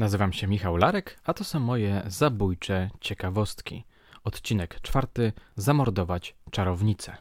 Nazywam się Michał Larek, a to są moje zabójcze ciekawostki. Odcinek 4. Zamordować czarownicę.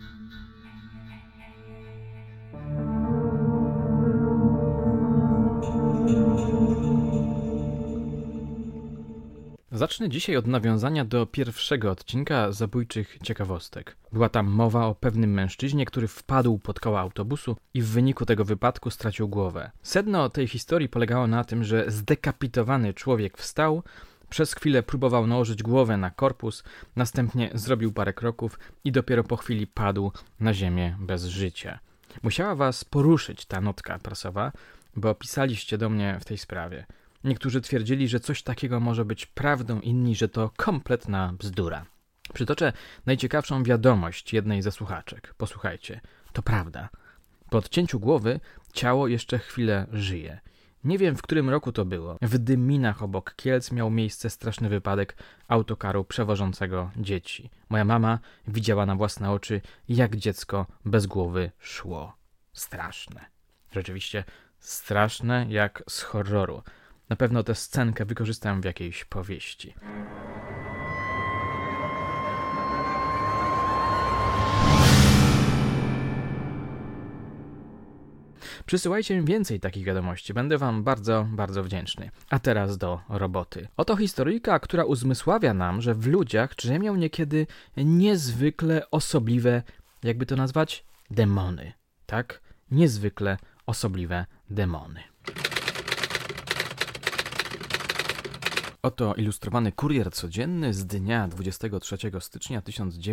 Zacznę dzisiaj od nawiązania do pierwszego odcinka zabójczych ciekawostek. Była tam mowa o pewnym mężczyźnie, który wpadł pod koła autobusu i w wyniku tego wypadku stracił głowę. Sedno tej historii polegało na tym, że zdekapitowany człowiek wstał, przez chwilę próbował nałożyć głowę na korpus, następnie zrobił parę kroków i dopiero po chwili padł na ziemię bez życia. Musiała was poruszyć ta notka prasowa, bo pisaliście do mnie w tej sprawie. Niektórzy twierdzili, że coś takiego może być prawdą, inni, że to kompletna bzdura. Przytoczę najciekawszą wiadomość jednej ze słuchaczek. Posłuchajcie, to prawda. Po odcięciu głowy ciało jeszcze chwilę żyje. Nie wiem, w którym roku to było. W Dyminach obok Kielc miał miejsce straszny wypadek autokaru przewożącego dzieci. Moja mama widziała na własne oczy, jak dziecko bez głowy szło. Straszne. Rzeczywiście straszne jak z horroru. Na pewno tę scenkę wykorzystam w jakiejś powieści. Przysyłajcie mi więcej takich wiadomości, będę wam bardzo, bardzo wdzięczny. A teraz do roboty. Oto historyjka, która uzmysławia nam, że w ludziach drzemią niekiedy niezwykle osobliwe, jakby to nazwać, demony. Tak? Niezwykle osobliwe demony. Oto ilustrowany kurier codzienny z dnia 23 stycznia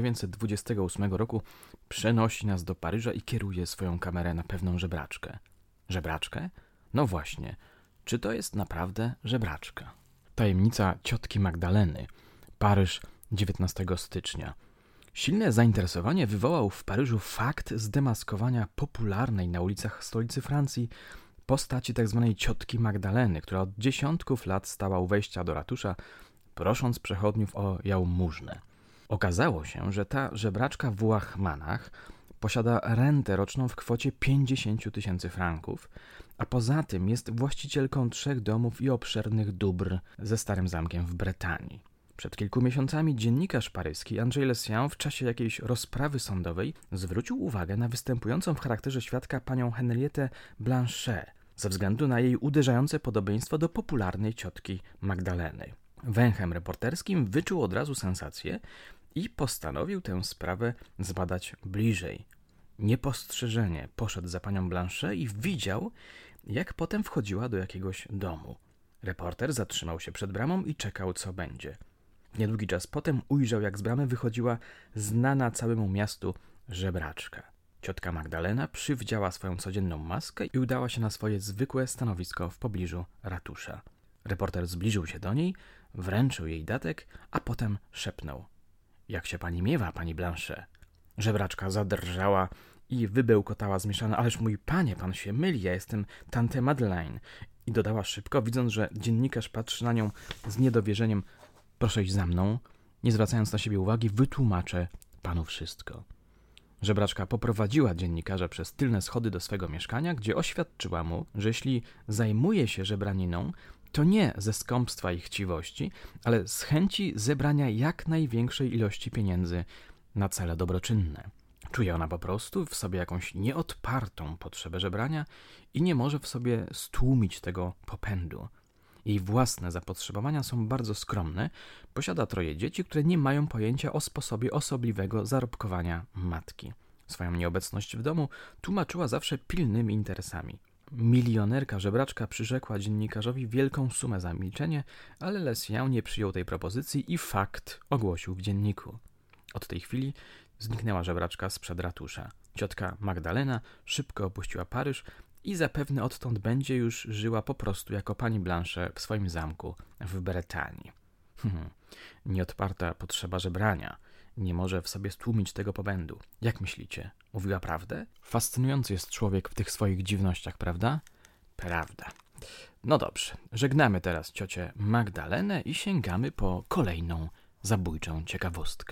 1928 roku przenosi nas do Paryża i kieruje swoją kamerę na pewną żebraczkę. Żebraczkę? No właśnie. Czy to jest naprawdę żebraczka? Tajemnica ciotki Magdaleny. Paryż 19 stycznia. Silne zainteresowanie wywołał w Paryżu fakt zdemaskowania popularnej na ulicach stolicy Francji postaci tzw. ciotki Magdaleny, która od dziesiątków lat stała u wejścia do ratusza, prosząc przechodniów o jałmużnę. Okazało się, że ta żebraczka w łachmanach posiada rentę roczną w kwocie 50 000 franków, a poza tym jest właścicielką 3 domów i obszernych dóbr ze starym zamkiem w Bretanii. Przed kilku miesiącami dziennikarz paryski Andrzej Lessian w czasie jakiejś rozprawy sądowej zwrócił uwagę na występującą w charakterze świadka panią Henrietę Blanchet, ze względu na jej uderzające podobieństwo do popularnej ciotki Magdaleny. Węchem reporterskim wyczuł od razu sensację i postanowił tę sprawę zbadać bliżej. Niepostrzeżenie poszedł za panią Blanchet i widział, jak potem wchodziła do jakiegoś domu. Reporter zatrzymał się przed bramą i czekał, co będzie. W niedługi czas potem ujrzał, jak z bramy wychodziła znana całemu miastu żebraczka. Ciotka Magdalena przywdziała swoją codzienną maskę i udała się na swoje zwykłe stanowisko w pobliżu ratusza. Reporter zbliżył się do niej, wręczył jej datek, a potem szepnął: „Jak się pani miewa, pani Blanchet?” Żebraczka zadrżała i wybełkotała zmieszana: „Ależ mój panie, pan się myli, ja jestem tante Madeleine”. I dodała szybko, widząc, że dziennikarz patrzy na nią z niedowierzeniem: „Proszę iść za mną, nie zwracając na siebie uwagi, wytłumaczę panu wszystko”. Żebraczka poprowadziła dziennikarza przez tylne schody do swego mieszkania, gdzie oświadczyła mu, że jeśli zajmuje się żebraniną, to nie ze skąpstwa i chciwości, ale z chęci zebrania jak największej ilości pieniędzy na cele dobroczynne. Czuje ona po prostu w sobie jakąś nieodpartą potrzebę żebrania i nie może w sobie stłumić tego popędu. Jej własne zapotrzebowania są bardzo skromne, posiada 3 dzieci, które nie mają pojęcia o sposobie osobliwego zarobkowania matki. Swoją nieobecność w domu tłumaczyła zawsze pilnymi interesami. Milionerka żebraczka przyrzekła dziennikarzowi wielką sumę za milczenie, ale Lessian nie przyjął tej propozycji i fakt ogłosił w dzienniku. Od tej chwili zniknęła żebraczka sprzed ratusza. Ciotka Magdalena szybko opuściła Paryż i zapewne odtąd będzie już żyła po prostu jako pani Blanchet w swoim zamku w Bretanii. Nieodparta potrzeba żebrania nie może w sobie stłumić tego popędu. Jak myślicie? Mówiła prawdę? Fascynujący jest człowiek w tych swoich dziwnościach, prawda? Prawda. No dobrze, żegnamy teraz ciocię Magdalenę i sięgamy po kolejną zabójczą ciekawostkę.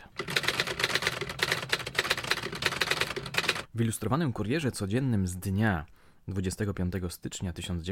W ilustrowanym kurierze codziennym z dnia 25 stycznia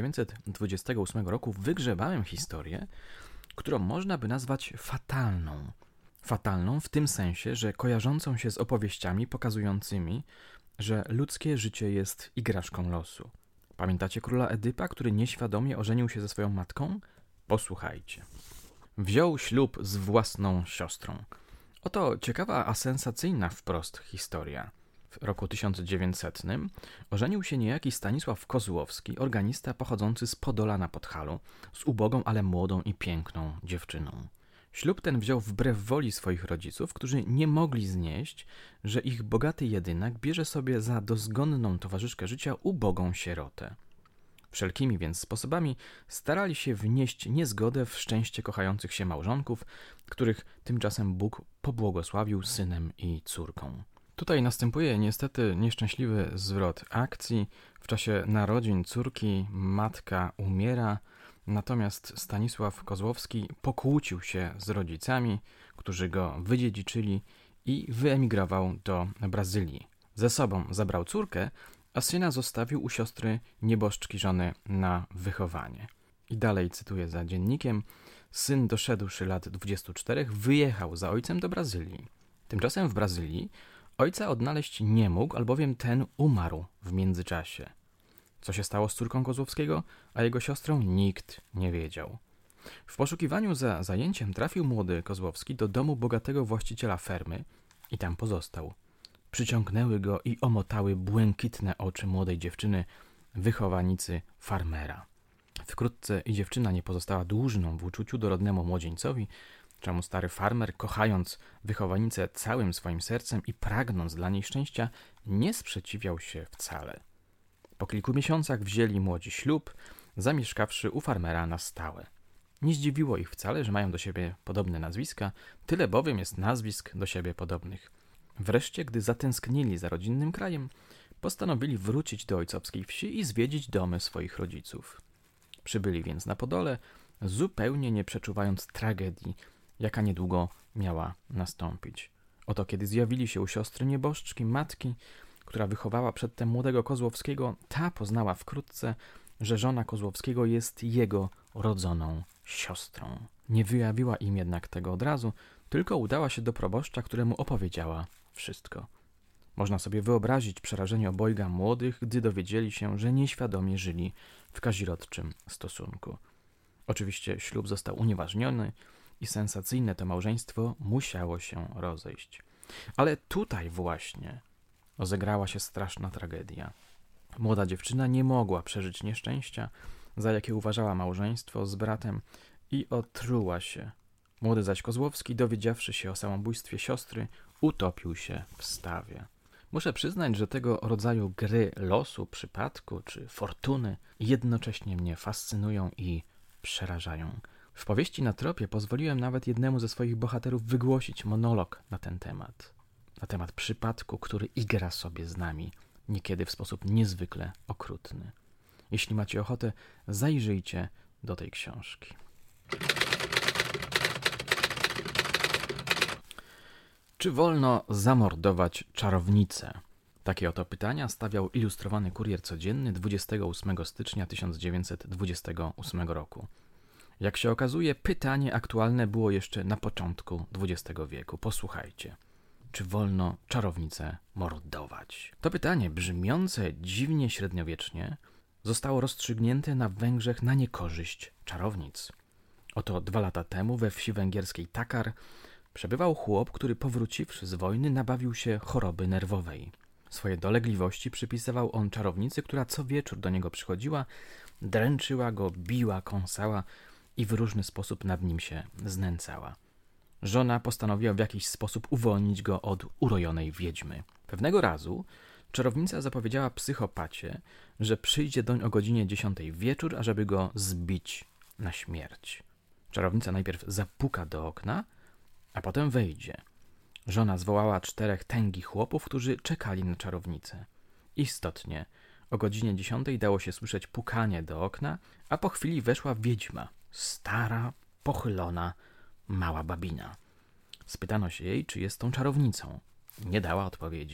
1928 roku wygrzebałem historię, którą można by nazwać fatalną. Fatalną w tym sensie, że kojarzącą się z opowieściami pokazującymi, że ludzkie życie jest igraszką losu. Pamiętacie króla Edypa, który nieświadomie ożenił się ze swoją matką? Posłuchajcie. Wziął ślub z własną siostrą. Oto ciekawa, a sensacyjna wprost historia. W roku 1900 ożenił się niejaki Stanisław Kozłowski, organista pochodzący z Podola na Podhalu, z ubogą, ale młodą i piękną dziewczyną. Ślub ten wziął wbrew woli swoich rodziców, którzy nie mogli znieść, że ich bogaty jedynak bierze sobie za dozgonną towarzyszkę życia ubogą sierotę. Wszelkimi więc sposobami starali się wnieść niezgodę w szczęście kochających się małżonków, których tymczasem Bóg pobłogosławił synem i córką. Tutaj następuje niestety nieszczęśliwy zwrot akcji. W czasie narodzin córki matka umiera, natomiast Stanisław Kozłowski pokłócił się z rodzicami, którzy go wydziedziczyli i wyemigrował do Brazylii. Ze sobą zabrał córkę, a syna zostawił u siostry nieboszczki żony na wychowanie. I dalej cytuję za dziennikiem. Syn doszedłszy lat 24 wyjechał za ojcem do Brazylii. Tymczasem w Brazylii ojca odnaleźć nie mógł, albowiem ten umarł w międzyczasie. Co się stało z córką Kozłowskiego, a jego siostrą nikt nie wiedział. W poszukiwaniu za zajęciem trafił młody Kozłowski do domu bogatego właściciela fermy i tam pozostał. Przyciągnęły go i omotały błękitne oczy młodej dziewczyny, wychowanicy farmera. Wkrótce i dziewczyna nie pozostała dłużną w uczuciu dorodnemu młodzieńcowi, czemu stary farmer, kochając wychowanicę całym swoim sercem i pragnąc dla niej szczęścia, nie sprzeciwiał się wcale. Po kilku miesiącach wzięli młodzi ślub, zamieszkawszy u farmera na stałe. Nie zdziwiło ich wcale, że mają do siebie podobne nazwiska, tyle bowiem jest nazwisk do siebie podobnych. Wreszcie, gdy zatęsknili za rodzinnym krajem, postanowili wrócić do ojcowskiej wsi i zwiedzić domy swoich rodziców. Przybyli więc na Podole, zupełnie nie przeczuwając tragedii, jaka niedługo miała nastąpić. Oto kiedy zjawili się u siostry nieboszczki, matki, która wychowała przedtem młodego Kozłowskiego, ta poznała wkrótce, że żona Kozłowskiego jest jego rodzoną siostrą. Nie wyjawiła im jednak tego od razu, tylko udała się do proboszcza, któremu opowiedziała wszystko. Można sobie wyobrazić przerażenie obojga młodych, gdy dowiedzieli się, że nieświadomie żyli w kazirodczym stosunku. Oczywiście ślub został unieważniony i sensacyjne to małżeństwo musiało się rozejść. Ale tutaj właśnie rozegrała się straszna tragedia. Młoda dziewczyna nie mogła przeżyć nieszczęścia, za jakie uważała małżeństwo z bratem, i otruła się. Młody zaś Kozłowski, dowiedziawszy się o samobójstwie siostry, utopił się w stawie. Muszę przyznać, że tego rodzaju gry losu, przypadku czy fortuny jednocześnie mnie fascynują i przerażają. W powieści Na tropie pozwoliłem nawet jednemu ze swoich bohaterów wygłosić monolog na ten temat. Na temat przypadku, który igra sobie z nami, niekiedy w sposób niezwykle okrutny. Jeśli macie ochotę, zajrzyjcie do tej książki. Czy wolno zamordować czarownicę? Takie oto pytania stawiał Ilustrowany Kurier Codzienny 28 stycznia 1928 roku. Jak się okazuje, pytanie aktualne było jeszcze na początku XX wieku. Posłuchajcie. Czy wolno czarownicę mordować? To pytanie, brzmiące dziwnie średniowiecznie, zostało rozstrzygnięte na Węgrzech na niekorzyść czarownic. Oto 2 lata temu we wsi węgierskiej Takar przebywał chłop, który powróciwszy z wojny nabawił się choroby nerwowej. Swoje dolegliwości przypisywał on czarownicy, która co wieczór do niego przychodziła, dręczyła go, biła, kąsała i w różny sposób nad nim się znęcała. Żona postanowiła w jakiś sposób uwolnić go od urojonej wiedźmy. Pewnego razu czarownica zapowiedziała psychopacie, że przyjdzie doń o godzinie 10 wieczór, ażeby go zbić na śmierć. Czarownica najpierw zapuka do okna, a potem wejdzie. Żona zwołała 4 tęgich chłopów, którzy czekali na czarownicę. Istotnie, o godzinie 10 dało się słyszeć pukanie do okna, a po chwili weszła wiedźma, stara, pochylona, mała babina. Spytano się jej, czy jest tą czarownicą. Nie dała odpowiedzi.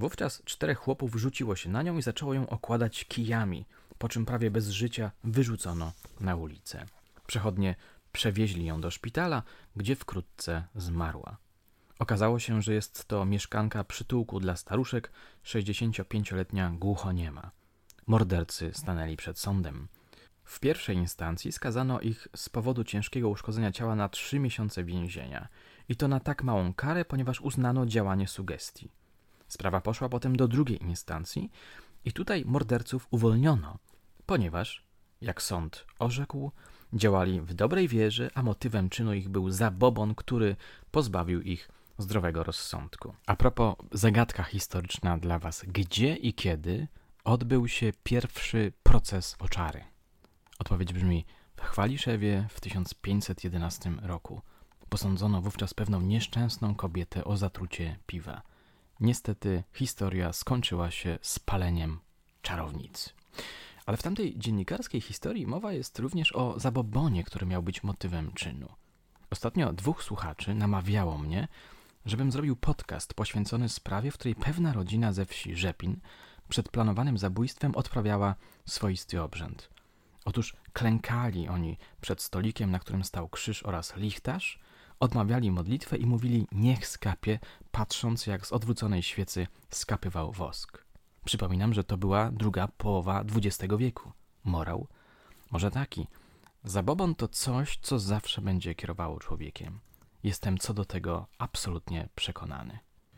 Wówczas 4 chłopów rzuciło się na nią i zaczęło ją okładać kijami, po czym prawie bez życia wyrzucono na ulicę. Przechodnie przewieźli ją do szpitala, gdzie wkrótce zmarła. Okazało się, że jest to mieszkanka przytułku dla staruszek, 65-letnia głuchoniema. Mordercy stanęli przed sądem. W pierwszej instancji skazano ich z powodu ciężkiego uszkodzenia ciała na 3 miesiące więzienia. I to na tak małą karę, ponieważ uznano działanie sugestii. Sprawa poszła potem do drugiej instancji i tutaj morderców uwolniono, ponieważ, jak sąd orzekł, działali w dobrej wierze, a motywem czynu ich był zabobon, który pozbawił ich zdrowego rozsądku. A propos, zagadka historyczna dla was. Gdzie i kiedy odbył się pierwszy proces o czary? Odpowiedź brzmi: w Chwaliszewie w 1511 roku. Posądzono wówczas pewną nieszczęsną kobietę o zatrucie piwa. Niestety historia skończyła się spaleniem czarownicy. Ale w tamtej dziennikarskiej historii mowa jest również o zabobonie, który miał być motywem czynu. Ostatnio 2 słuchaczy namawiało mnie, żebym zrobił podcast poświęcony sprawie, w której pewna rodzina ze wsi Rzepin przed planowanym zabójstwem odprawiała swoisty obrzęd. Otóż klękali oni przed stolikiem, na którym stał krzyż oraz lichtarz, odmawiali modlitwę i mówili: niech skapie, patrząc jak z odwróconej świecy skapywał wosk. Przypominam, że to była druga połowa XX wieku. Morał? Może taki: zabobon to coś, co zawsze będzie kierowało człowiekiem. Jestem co do tego absolutnie przekonany.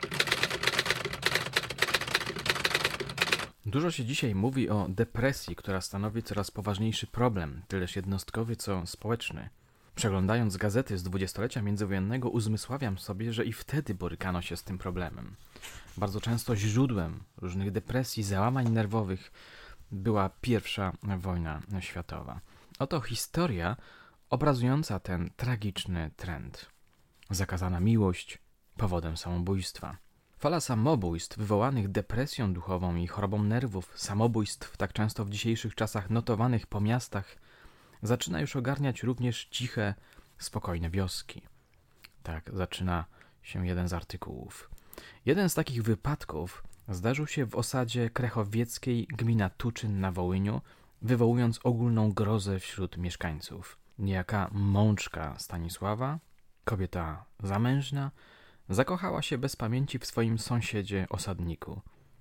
Dużo się dzisiaj mówi o depresji, która stanowi coraz poważniejszy problem, tyleż jednostkowy, co społeczny. Przeglądając gazety z dwudziestolecia międzywojennego, uzmysławiam sobie, że i wtedy borykano się z tym problemem. Bardzo często źródłem różnych depresji, załamań nerwowych była I wojna światowa. Oto historia obrazująca ten tragiczny trend. Zakazana miłość powodem samobójstwa. Fala samobójstw wywołanych depresją duchową i chorobą nerwów, samobójstw tak często w dzisiejszych czasach notowanych po miastach, zaczyna już ogarniać również ciche, spokojne wioski. Tak zaczyna się jeden z artykułów. Jeden z takich wypadków zdarzył się w osadzie krechowieckiej, gmina Tuczyn na Wołyniu, wywołując ogólną grozę wśród mieszkańców. Niejaka mączka Stanisława, kobieta zamężna, zakochała się bez pamięci w swoim sąsiedzie osadniku.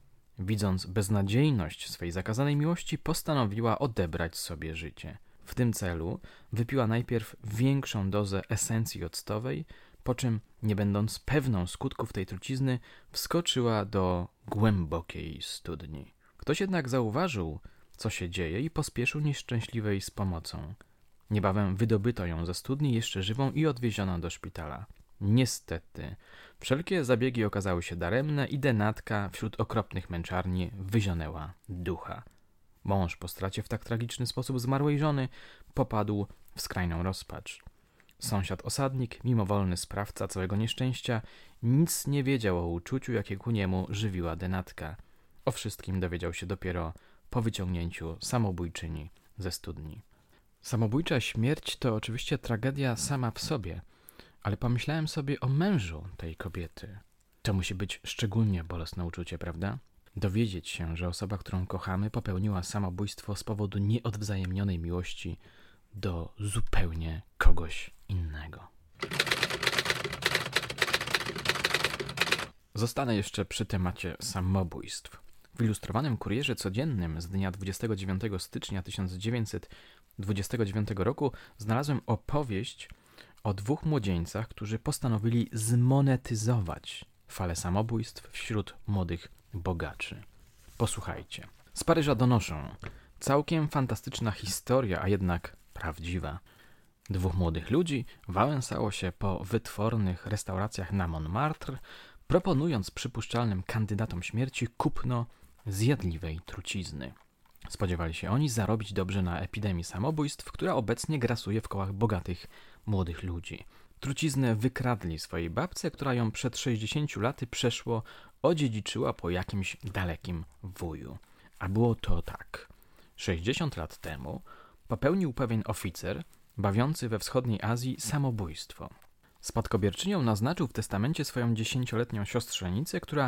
Widząc beznadziejność swej zakazanej miłości, postanowiła odebrać sobie życie. W tym celu wypiła najpierw większą dozę esencji octowej, po czym, nie będąc pewną skutków tej trucizny, wskoczyła do głębokiej studni. Ktoś jednak zauważył, co się dzieje, i pospieszył nieszczęśliwej z pomocą. Niebawem wydobyto ją ze studni jeszcze żywą i odwieziono do szpitala. Niestety, wszelkie zabiegi okazały się daremne i denatka wśród okropnych męczarni wyzionęła ducha. Mąż po stracie w tak tragiczny sposób zmarłej żony popadł w skrajną rozpacz. Sąsiad osadnik, mimowolny sprawca całego nieszczęścia, nic nie wiedział o uczuciu, jakie ku niemu żywiła denatka. O wszystkim dowiedział się dopiero po wyciągnięciu samobójczyni ze studni. Samobójcza śmierć to oczywiście tragedia sama w sobie, ale pomyślałem sobie o mężu tej kobiety. To musi być szczególnie bolesne uczucie, prawda? Dowiedzieć się, że osoba, którą kochamy, popełniła samobójstwo z powodu nieodwzajemnionej miłości do zupełnie kogoś innego. Zostanę jeszcze przy temacie samobójstw. W Ilustrowanym Kurierze Codziennym z dnia 29 stycznia 1929 roku znalazłem opowieść o 2 młodzieńcach, którzy postanowili zmonetyzować falę samobójstw wśród młodych bogaczy. Posłuchajcie. Z Paryża donoszą: całkiem fantastyczna historia, a jednak prawdziwa. 2 młodych ludzi wałęsało się po wytwornych restauracjach na Montmartre, proponując przypuszczalnym kandydatom śmierci kupno zjadliwej trucizny. Spodziewali się oni zarobić dobrze na epidemii samobójstw, która obecnie grasuje w kołach bogatych młodych ludzi. Truciznę wykradli swojej babce, która ją przed 60 laty przeszło odziedziczyła po jakimś dalekim wuju. A było to tak. 60 lat temu popełnił pewien oficer, bawiący we wschodniej Azji, samobójstwo. Spadkobierczynią naznaczył w testamencie swoją 10-letnią siostrzenicę, która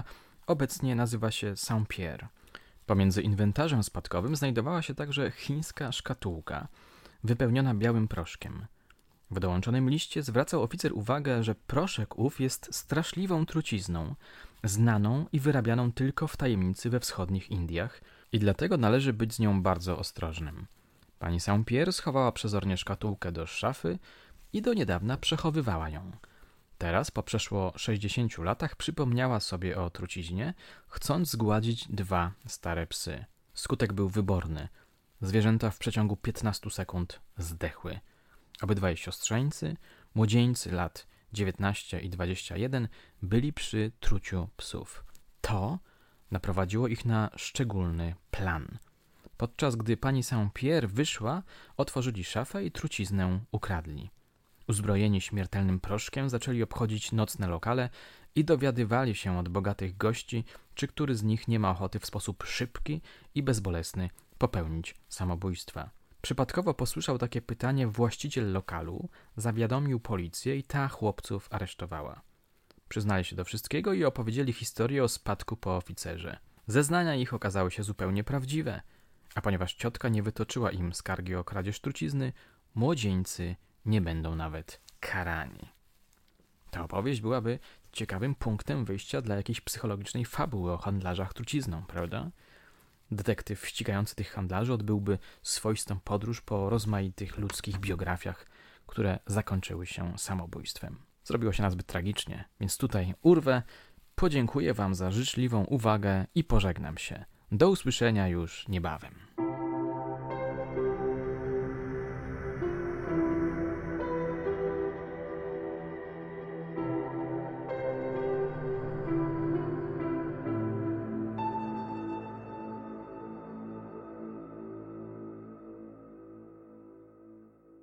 obecnie nazywa się Saint-Pierre. Pomiędzy inwentarzem spadkowym znajdowała się także chińska szkatułka, wypełniona białym proszkiem. W dołączonym liście zwracał oficer uwagę, że proszek ów jest straszliwą trucizną, znaną i wyrabianą tylko w tajemnicy we wschodnich Indiach i dlatego należy być z nią bardzo ostrożnym. Pani Saint-Pierre schowała przezornie szkatułkę do szafy i do niedawna przechowywała ją. Teraz, po przeszło 60 latach, przypomniała sobie o truciźnie, chcąc zgładzić 2 stare psy. Skutek był wyborny. Zwierzęta w przeciągu 15 sekund zdechły. Obydwaj siostrzeńcy, młodzieńcy lat 19 i 21, byli przy truciu psów. To naprowadziło ich na szczególny plan. Podczas gdy pani Saint-Pierre wyszła, otworzyli szafę i truciznę ukradli. Uzbrojeni śmiertelnym proszkiem zaczęli obchodzić nocne lokale i dowiadywali się od bogatych gości, czy który z nich nie ma ochoty w sposób szybki i bezbolesny popełnić samobójstwa. Przypadkowo posłyszał takie pytanie właściciel lokalu, zawiadomił policję i ta chłopców aresztowała. Przyznali się do wszystkiego i opowiedzieli historię o spadku po oficerze. Zeznania ich okazały się zupełnie prawdziwe, a ponieważ ciotka nie wytoczyła im skargi o kradzież trucizny, młodzieńcy nie będą nawet karani. Ta opowieść byłaby ciekawym punktem wyjścia dla jakiejś psychologicznej fabuły o handlarzach trucizną, prawda? Detektyw ścigający tych handlarzy odbyłby swoistą podróż po rozmaitych ludzkich biografiach, które zakończyły się samobójstwem. Zrobiło się nazbyt tragicznie, więc tutaj urwę, podziękuję wam za życzliwą uwagę i pożegnam się. Do usłyszenia już niebawem.